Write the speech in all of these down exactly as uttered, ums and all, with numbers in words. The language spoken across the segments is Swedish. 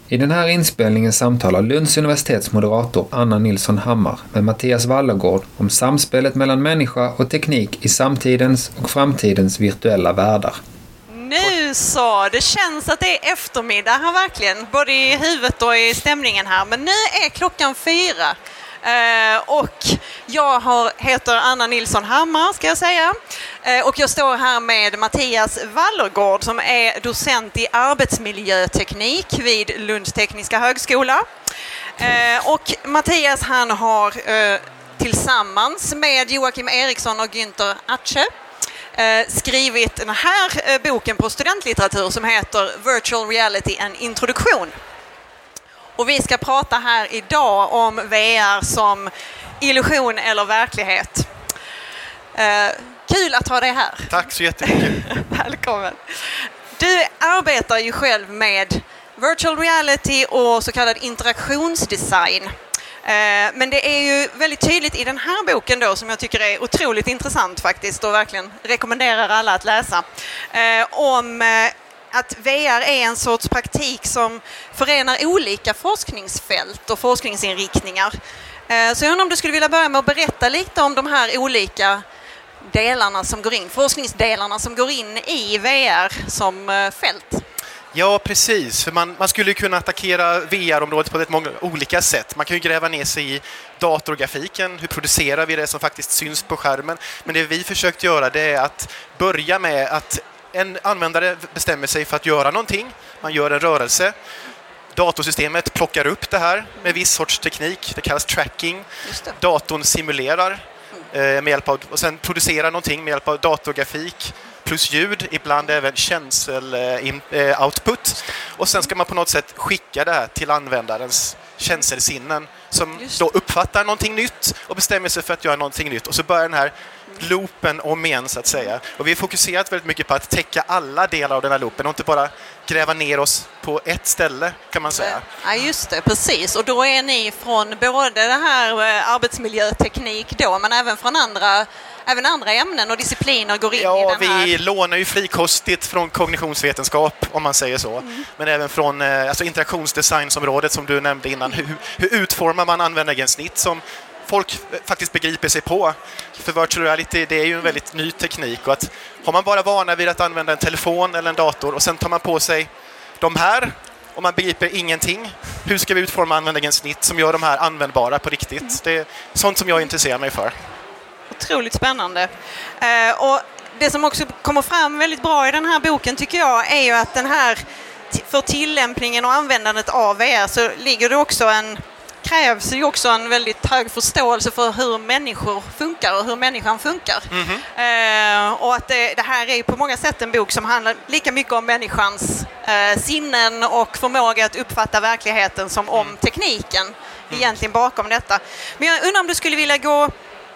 I den här inspelningen samtalar Lunds universitets moderator Anna Nilsson Hammar med Mattias Wallergård om samspelet mellan människa och teknik i samtidens och framtidens virtuella världar. Nu så, det känns att det är eftermiddag här verkligen, både i huvudet och i stämningen här. Men nu är klockan fyra eh, och jag har, heter Anna Nilsson Hammar ska jag säga. Eh, och jag står här med Mattias Wallergård som är docent i arbetsmiljöteknik vid Lunds tekniska högskola. Eh, och Mattias han har eh, tillsammans med Joakim Eriksson och Günther Atsche skrivit den här boken på studentlitteratur som heter Virtual Reality, en introduktion. Och vi ska prata här idag om V R som illusion eller verklighet. Eh, kul att ha dig här. Tack så jättemycket. Välkommen. Du arbetar ju själv med virtual reality och så kallad interaktionsdesign. Men det är ju väldigt tydligt i den här boken då, som jag tycker är otroligt intressant faktiskt och verkligen rekommenderar alla att läsa, eh, om eh, att V R är en sorts praktik som förenar olika forskningsfält och forskningsinriktningar. Eh, så jag undrar om du skulle vilja börja med att berätta lite om de här olika delarna som går in, forskningsdelarna som går in i V R som eh, fält. Ja, precis. För man, man skulle kunna attackera V R-området på ett många olika sätt. Man kan ju gräva ner sig i datorgrafiken. Hur producerar vi det som faktiskt syns på skärmen? Men det vi försökt göra det är att börja med att en användare bestämmer sig för att göra någonting. Man gör en rörelse. Datorsystemet plockar upp det här med viss sorts teknik. Det kallas tracking. Datorn simulerar eh, med hjälp av, och sen producerar någonting med hjälp av datorgrafik plus ljud, ibland även känsel-output. Och sen ska man på något sätt skicka det här till användarens känselsinnen som då uppfattar någonting nytt och bestämmer sig för att göra någonting nytt. Och så börjar den här loopen om igen så att säga. Och vi har fokuserat väldigt mycket på att täcka alla delar av den här loopen och inte bara gräva ner oss på ett ställe kan man säga. Ja just det, precis. Och då är ni från både det här arbetsmiljöteknik då, men även från andra Även andra ämnen och discipliner går in ja, i den här... Ja, vi lånar ju frikostigt från kognitionsvetenskap, om man säger så. Mm. Men även från alltså, interaktionsdesignsområdet som du nämnde innan. Hur, hur utformar man användargränssnitt som folk faktiskt begriper sig på? För virtual reality, det är ju en väldigt ny teknik. Och att, har man bara vana vid att använda en telefon eller en dator och sen tar man på sig de här och man begriper ingenting. Hur ska vi utforma användargränssnitt som gör de här användbara på riktigt? Mm. Det är sånt som jag intresserar mig för. Otroligt spännande. Eh, och det som också kommer fram väldigt bra i den här boken tycker jag är ju att den här för tillämpningen och användandet av V R så ligger det också en krävs ju också en väldigt hög förståelse för hur människor funkar och hur människan funkar. Mm-hmm. Eh, och att det, det här är ju på många sätt en bok som handlar lika mycket om människans eh, sinnen och förmåga att uppfatta verkligheten som om tekniken mm. egentligen bakom detta. Men jag undrar om du skulle vilja gå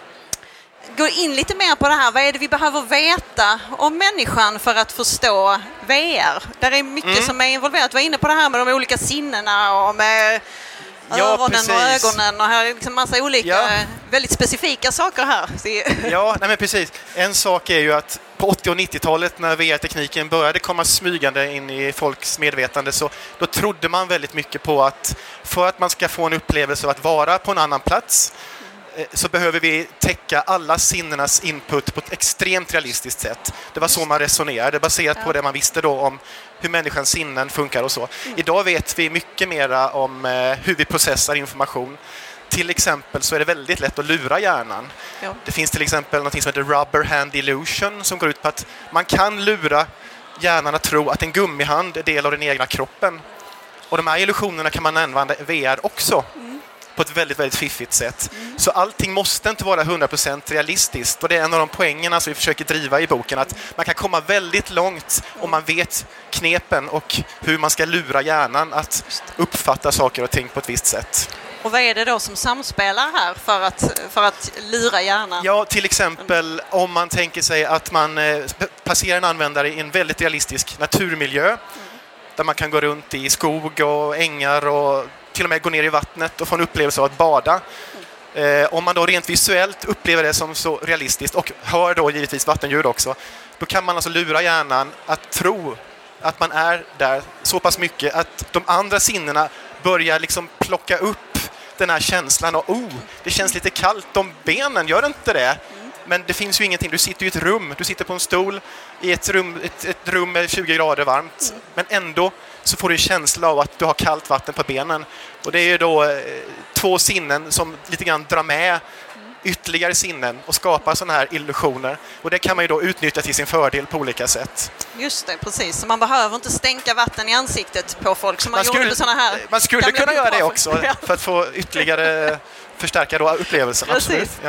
Gå in lite mer på det här. Vad är det vi behöver veta om människan för att förstå V R? Där är mycket mm. som är involverat. Vi var inne på det här med de olika sinnena och med ja, öronen precis. och ögonen. Och här är liksom massa olika ja. väldigt specifika saker här. Ja, nej men precis. En sak är ju att på åttio- och nittiotalet när V R-tekniken började komma smygande in i folks medvetande så då trodde man väldigt mycket på att för att man ska få en upplevelse av att vara på en annan plats så behöver vi täcka alla sinnenas input på ett extremt realistiskt sätt. Det var så man resonerade, baserat ja. på det man visste då om hur människans sinnen funkar och så. Mm. Idag vet vi mycket mera om eh, hur vi processar information. Till exempel så är det väldigt lätt att lura hjärnan. Ja. Det finns till exempel något som heter rubber hand illusion som går ut på att man kan lura hjärnan att tro att en gummihand är del av den egna kroppen. Och de här illusionerna kan man använda i V R också. Mm. På ett väldigt, väldigt fiffigt sätt. Mm. Så allting måste inte vara hundra procent realistiskt. Och det är en av de poängerna som vi försöker driva i boken. Att man kan komma väldigt långt om man vet knepen och hur man ska lura hjärnan att uppfatta saker och ting på ett visst sätt. Och vad är det då som samspelar här för att, för att lura hjärnan? Ja, till exempel om man tänker sig att man eh, passerar en användare i en väldigt realistisk naturmiljö. Mm. Där man kan gå runt i skog och ängar och till och med gå ner i vattnet och få en upplevelse av att bada. Eh, om man då rent visuellt upplever det som så realistiskt och hör då givetvis vattenljud också, då kan man alltså lura hjärnan att tro att man är där så pass mycket att de andra sinnena börjar liksom plocka upp den här känslan av oh, det känns lite kallt om benen, gör det inte det? Men det finns ju ingenting, du sitter i ett rum, du sitter på en stol i ett rum, ett, ett rum med tjugo grader varmt, mm. men ändå så får du en känsla av att du har kallt vatten på benen. Och det är ju då eh, två sinnen som lite grann drar med ytterligare sinnen och skapar sådana här illusioner. Och det kan man ju då utnyttja till sin fördel på olika sätt. Just det, precis. Så man behöver inte stänka vatten i ansiktet på folk som man, man skulle, gjorde sådana här... Man skulle kunna göra det också för att få ytterligare förstärka då upplevelsen. Precis. Ja.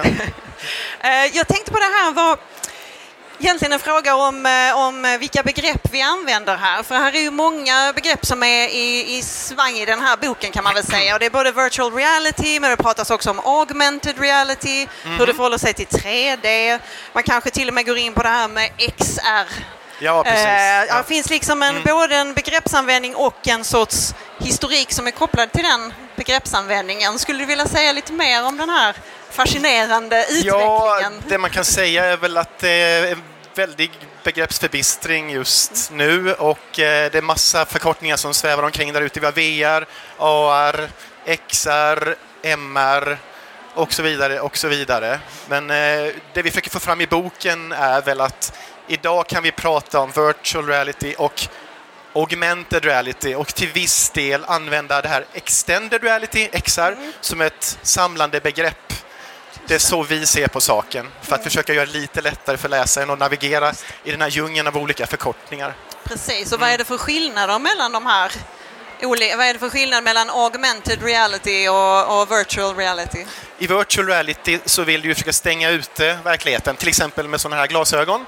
Jag tänkte på det här var egentligen en fråga om, om vilka begrepp vi använder här. För här är ju många begrepp som är i, i svang i den här boken kan man väl säga. Och det är både virtual reality, men det pratas också om augmented reality, mm-hmm. hur det förhåller sig till tre D. Man kanske till och med går in på det här med X R. Ja, precis. Eh, ja. Det finns liksom en, mm. både en begreppsanvändning och en sorts historik som är kopplad till den begreppsanvändningen. Skulle du vilja säga lite mer om den här fascinerande utvecklingen? Ja, det man kan säga är väl att det är en väldig begreppsförbistring just nu och eh, det är massa förkortningar som svävar omkring där ute. Vi har V R, A R, X R, M R och så vidare och så vidare. Men eh, det vi försöker få fram i boken är väl att idag kan vi prata om virtual reality och augmented reality och till viss del använda det här extended reality, X R, mm. som ett samlande begrepp. Det är så vi ser på saken för att försöka göra det lite lättare för läsaren att navigera i den här djungeln av olika förkortningar. Precis, och vad är det för skillnader mellan de här? Vad är det för skillnad mellan augmented reality och, och virtual reality? I virtual reality så vill du försöka stänga ute verkligheten, till exempel med sådana här glasögon.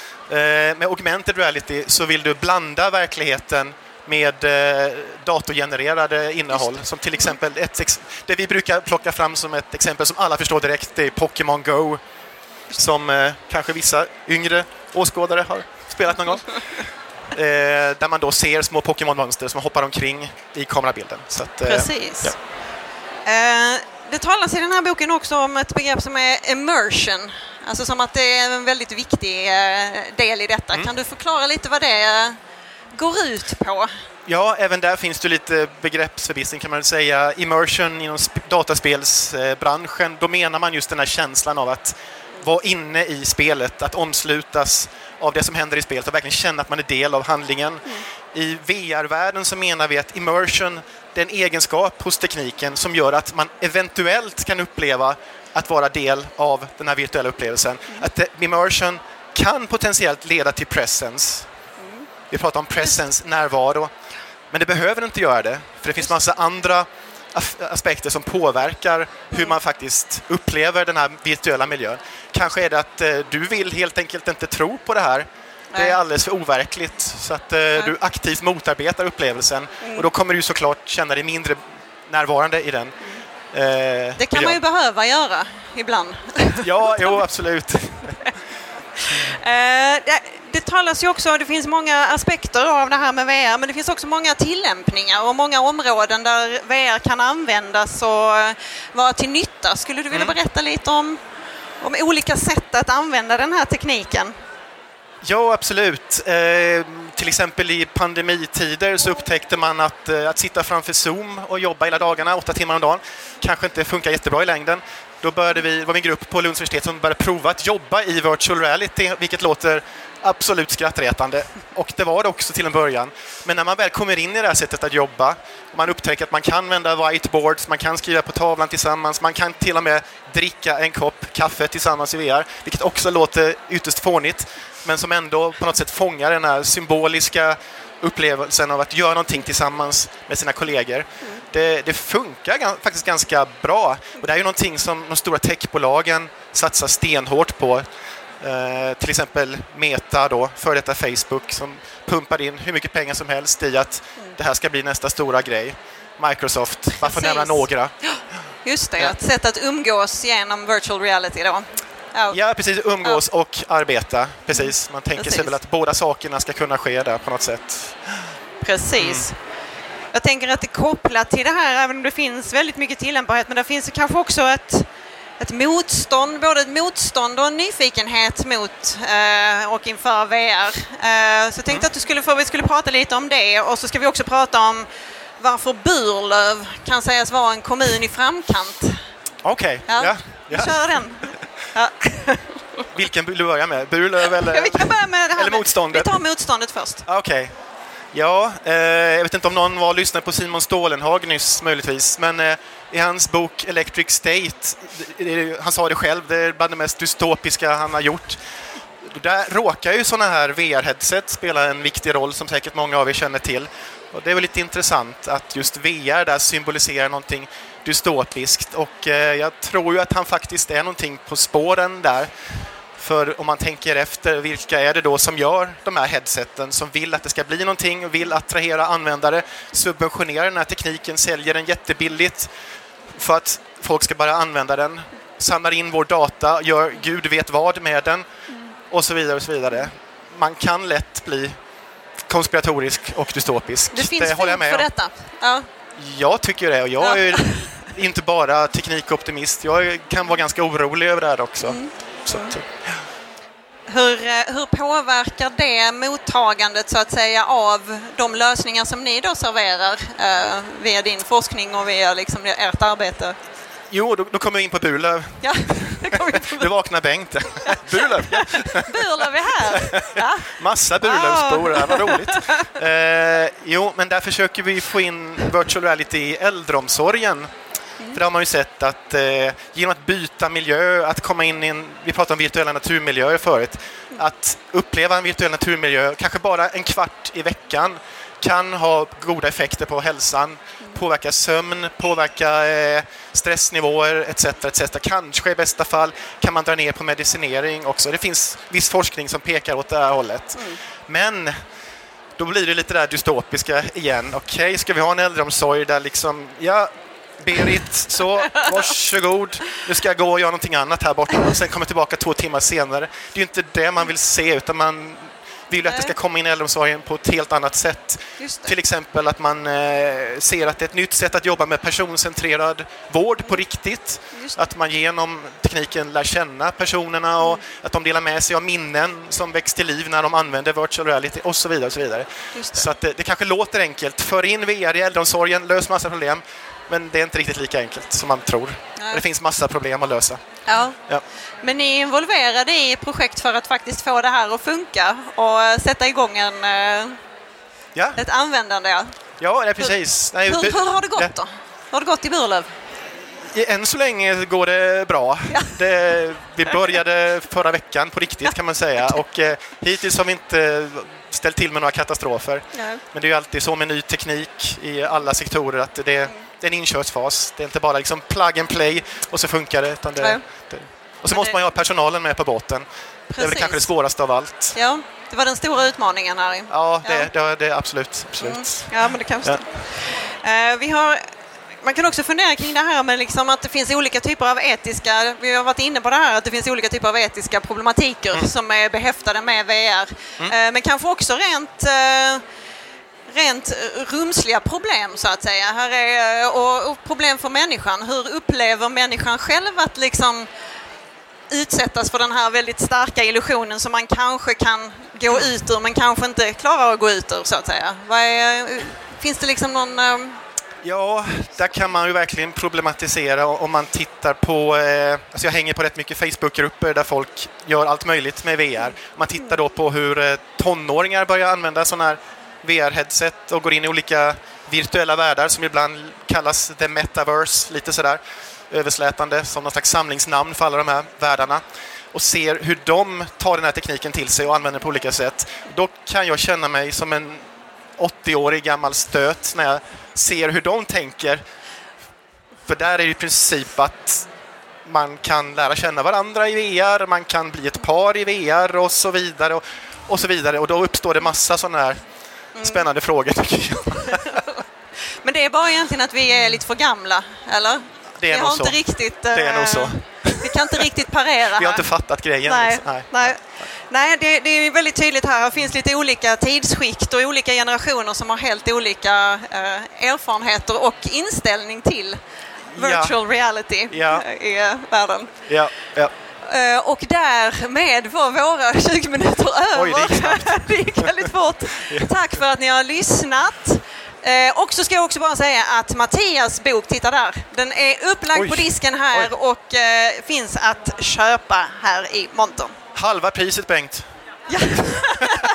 Med augmented reality så vill du blanda verkligheten med eh, datorgenererade innehåll som till exempel ett ex- det vi brukar plocka fram som ett exempel som alla förstår direkt, det är Pokémon Go som eh, kanske vissa yngre åskådare har spelat någon gång. Eh, där man då ser små Pokémon-monster som hoppar omkring i kamerabilden. Så att, eh, Precis. Ja. Eh, det talas i den här boken också om ett begrepp som är immersion. Alltså som att det är en väldigt viktig eh, del i detta. Mm. Kan du förklara lite vad det är? Går ut på? Ja, även där finns det lite begreppsförbistring kan man väl säga. Immersion inom sp- dataspelsbranschen, då menar man just den här känslan av att vara inne i spelet, att omslutas av det som händer i spelet och verkligen känna att man är del av handlingen. Mm. I V R-världen så menar vi att immersion, det är en egenskap hos tekniken som gör att man eventuellt kan uppleva att vara del av den här virtuella upplevelsen. Mm. Att immersion kan potentiellt leda till presence. Vi pratar om presence, närvaro. Men det behöver inte göra det. För det finns massa andra aspekter som påverkar hur man faktiskt upplever den här virtuella miljön. Kanske är det att eh, du vill helt enkelt inte tro på det här. Det är alldeles för overkligt. Så att eh, du aktivt motarbetar upplevelsen. Mm. Och då kommer du såklart känna dig mindre närvarande i den. Eh, det kan miljön. Man ju behöva göra ibland. Ja, jo, absolut. eh, det, det talas ju också, det finns många aspekter av det här med V R, men det finns också många tillämpningar och många områden där V R kan användas och vara till nytta. Skulle du vilja berätta lite om, om olika sätt att använda den här tekniken? Ja, absolut. Eh, till exempel i pandemitider så upptäckte man att, eh, att sitta framför Zoom och jobba hela dagarna, åtta timmar om dagen, kanske inte funkar jättebra i längden. Då började vi, var vi en grupp på Lunds universitet som började prova att jobba i virtual reality, vilket låter absolut skrattretande. Och det var det också till en början. Men när man väl kommer in i det här sättet att jobba, och man upptäcker att man kan använda whiteboards, man kan skriva på tavlan tillsammans, man kan till och med dricka en kopp kaffe tillsammans i V R, vilket också låter ytterst fånigt, men som ändå på något sätt fångar den här symboliska upplevelsen av att göra någonting tillsammans med sina kollegor. Mm. Det, det funkar g- faktiskt ganska bra. Och det är ju någonting som de stora techbolagen satsar stenhårt på. Eh, till exempel Meta då, för detta Facebook, som pumpar in hur mycket pengar som helst i att mm. det här ska bli nästa stora grej. Microsoft, varför nämna några? Just det, ja. Ett sätt att umgås genom virtual reality då. Oh. Ja, precis. Umgås oh. och arbeta. Precis. Man tänker precis. sig väl att båda sakerna ska kunna ske där på något sätt. Precis. Mm. Jag tänker att det är kopplat till det här, även om det finns väldigt mycket tillämpbarhet, men det finns kanske också ett, ett motstånd, både ett motstånd och en nyfikenhet mot eh, och inför V R. Eh, så jag tänkte mm. att du skulle få, vi skulle prata lite om det, och så ska vi också prata om varför Burlöv kan sägas vara en kommun i framkant. Okej, okay. ja. ja. Vi kör den. Ja. Vilken vill du börja med? Burlöv eller, ja, vi kan börja med det här eller motståndet? Vi tar motståndet först. Okej. Okay. Ja, eh, jag vet inte om någon var och lyssnade på Simon Stålenhag nyss möjligtvis, men eh, i hans bok Electric State, det, det, han sa det själv, det är bland det mest dystopiska han har gjort. Där råkar ju sådana här V R-headset spela en viktig roll som säkert många av er känner till. Och det är väl lite intressant att just V R där symboliserar någonting dystopiskt, och eh, jag tror ju att han faktiskt är någonting på spåren där. För om man tänker efter, vilka är det då som gör de här headseten, som vill att det ska bli någonting och vill attrahera användare, subventionera den här tekniken, säljer den jättebilligt för att folk ska bara använda den, samlar in vår data, gör Gud vet vad med den och så vidare och så vidare. Man kan lätt bli konspiratorisk och dystopisk. Det finns det håller jag med för detta. Ja. Jag tycker det, och jag är inte bara teknikoptimist, jag kan vara ganska orolig över det här också. Mm. Så, mm. Hur, hur påverkar det mottagandet så att säga av de lösningar som ni då serverar eh, via din forskning och via liksom ert arbete? Jo, då, då kommer vi in på Burlöv. Ja, det kommer vi på. Du vaknar Bengt. Burlöv. Burlöv är här. Ja. Massa Burlövsbor, det var roligt. Eh, jo, men där försöker vi få in virtual reality i äldreomsorgen. Mm. För det har man ju sett att eh, genom att byta miljö, att komma in i en, vi pratade om virtuella naturmiljöer förut, mm. att uppleva en virtuell naturmiljö, kanske bara en kvart i veckan, kan ha goda effekter på hälsan, mm. påverka sömn, påverka eh, stressnivåer et cetera et cetera. Kanske i bästa fall kan man dra ner på medicinering också. Det finns viss forskning som pekar åt det här hållet. Mm. Men då blir det lite där dystopiska igen. Okej, okay, ska vi ha en äldreomsorg där liksom, ja, Berit, så varsågod, nu ska jag gå och göra någonting annat här borta och sen kommer tillbaka två timmar senare. Det är ju inte det man vill se, utan man vill att det ska komma in i äldreomsorgen på ett helt annat sätt. Till exempel att man eh, ser att det är ett nytt sätt att jobba med personcentrerad vård på riktigt. Att man genom tekniken lär känna personerna och mm. att de delar med sig av minnen som väcks till liv när de använder virtual reality och så vidare. Och så vidare. Så att det, det kanske låter enkelt. För in V R i äldreomsorgen, lös massa problem. Men det är inte riktigt lika enkelt som man tror. Ja. Det finns massa problem att lösa. Ja. Ja. Men ni är involverade i projekt för att faktiskt få det här att funka och sätta igång en, ja. ett användande. Ja, ja det är precis. Hur, Nej, hur, hur har det gått ja. då? Hur har det gått i Burlöv? Än så länge går det bra. Ja. Det, vi började förra veckan på riktigt kan man säga. Och eh, hittills har vi inte ställt till med några katastrofer. Ja. Men det är ju alltid så med ny teknik i alla sektorer att det, mm. det är en inkörsfas. Det är inte bara liksom plug and play och så funkar det. Utan det, ja. det. Och så Men måste det... man ju ha personalen med på båten. Precis. Det är väl kanske det svåraste av allt. Ja, det var den stora utmaningen här. Ja, det, ja. det, det är absolut. absolut. Mm. Ja, men det kan ja. uh, Vi har... Man kan också fundera kring det här med liksom att det finns olika typer av etiska, vi har varit inne på det här, att det finns olika typer av etiska problematiker mm. som är behäftade med V R. Mm. Men kanske också rent, rent rumsliga problem så att säga. Här är, och, och problem för människan. Hur upplever människan själv att liksom utsättas för den här väldigt starka illusionen som man kanske kan gå ut ur men kanske inte klarar att gå ut ur så att säga. Vad är, finns det liksom någon... Ja, där kan man ju verkligen problematisera om man tittar på, eh, alltså jag hänger på rätt mycket Facebookgrupper där folk gör allt möjligt med V R. Man tittar då på hur eh, tonåringar börjar använda sådana här V R-headset och går in i olika virtuella världar som ibland kallas the metaverse, lite sådär överslätande som någon slags samlingsnamn för alla de här världarna. Och ser hur de tar den här tekniken till sig och använder den på olika sätt. Då kan jag känna mig som en åttio-årig gammal stöt när jag ser hur de tänker. För där är det i princip att man kan lära känna varandra i V R, man kan bli ett par i V R och så vidare och, och så vidare. Och då uppstår det massa sådana här mm. spännande frågor tycker jag. Men det är bara egentligen att vi är lite för gamla, eller? Det är vi nog har så. Inte riktigt, det är nog så. Vi kan inte riktigt parera. Vi har inte fattat grejen. Nej, liksom. nej. nej. nej det, det är väldigt tydligt här. Det finns lite olika tidsskikt och olika generationer som har helt olika eh, erfarenheter och inställning till virtual ja. reality ja. i världen. Ja, ja. Uh, och därmed var våra tjugo minuter över. Oj, det gick snabbt. Det gick väldigt fort. Tack för att ni har lyssnat. Uh, och så ska jag också bara säga att Mattias bok, titta där, den är upplagd Oj. på disken här Oj. och uh, finns att köpa här i montern. Halva priset, Bengt. Ja.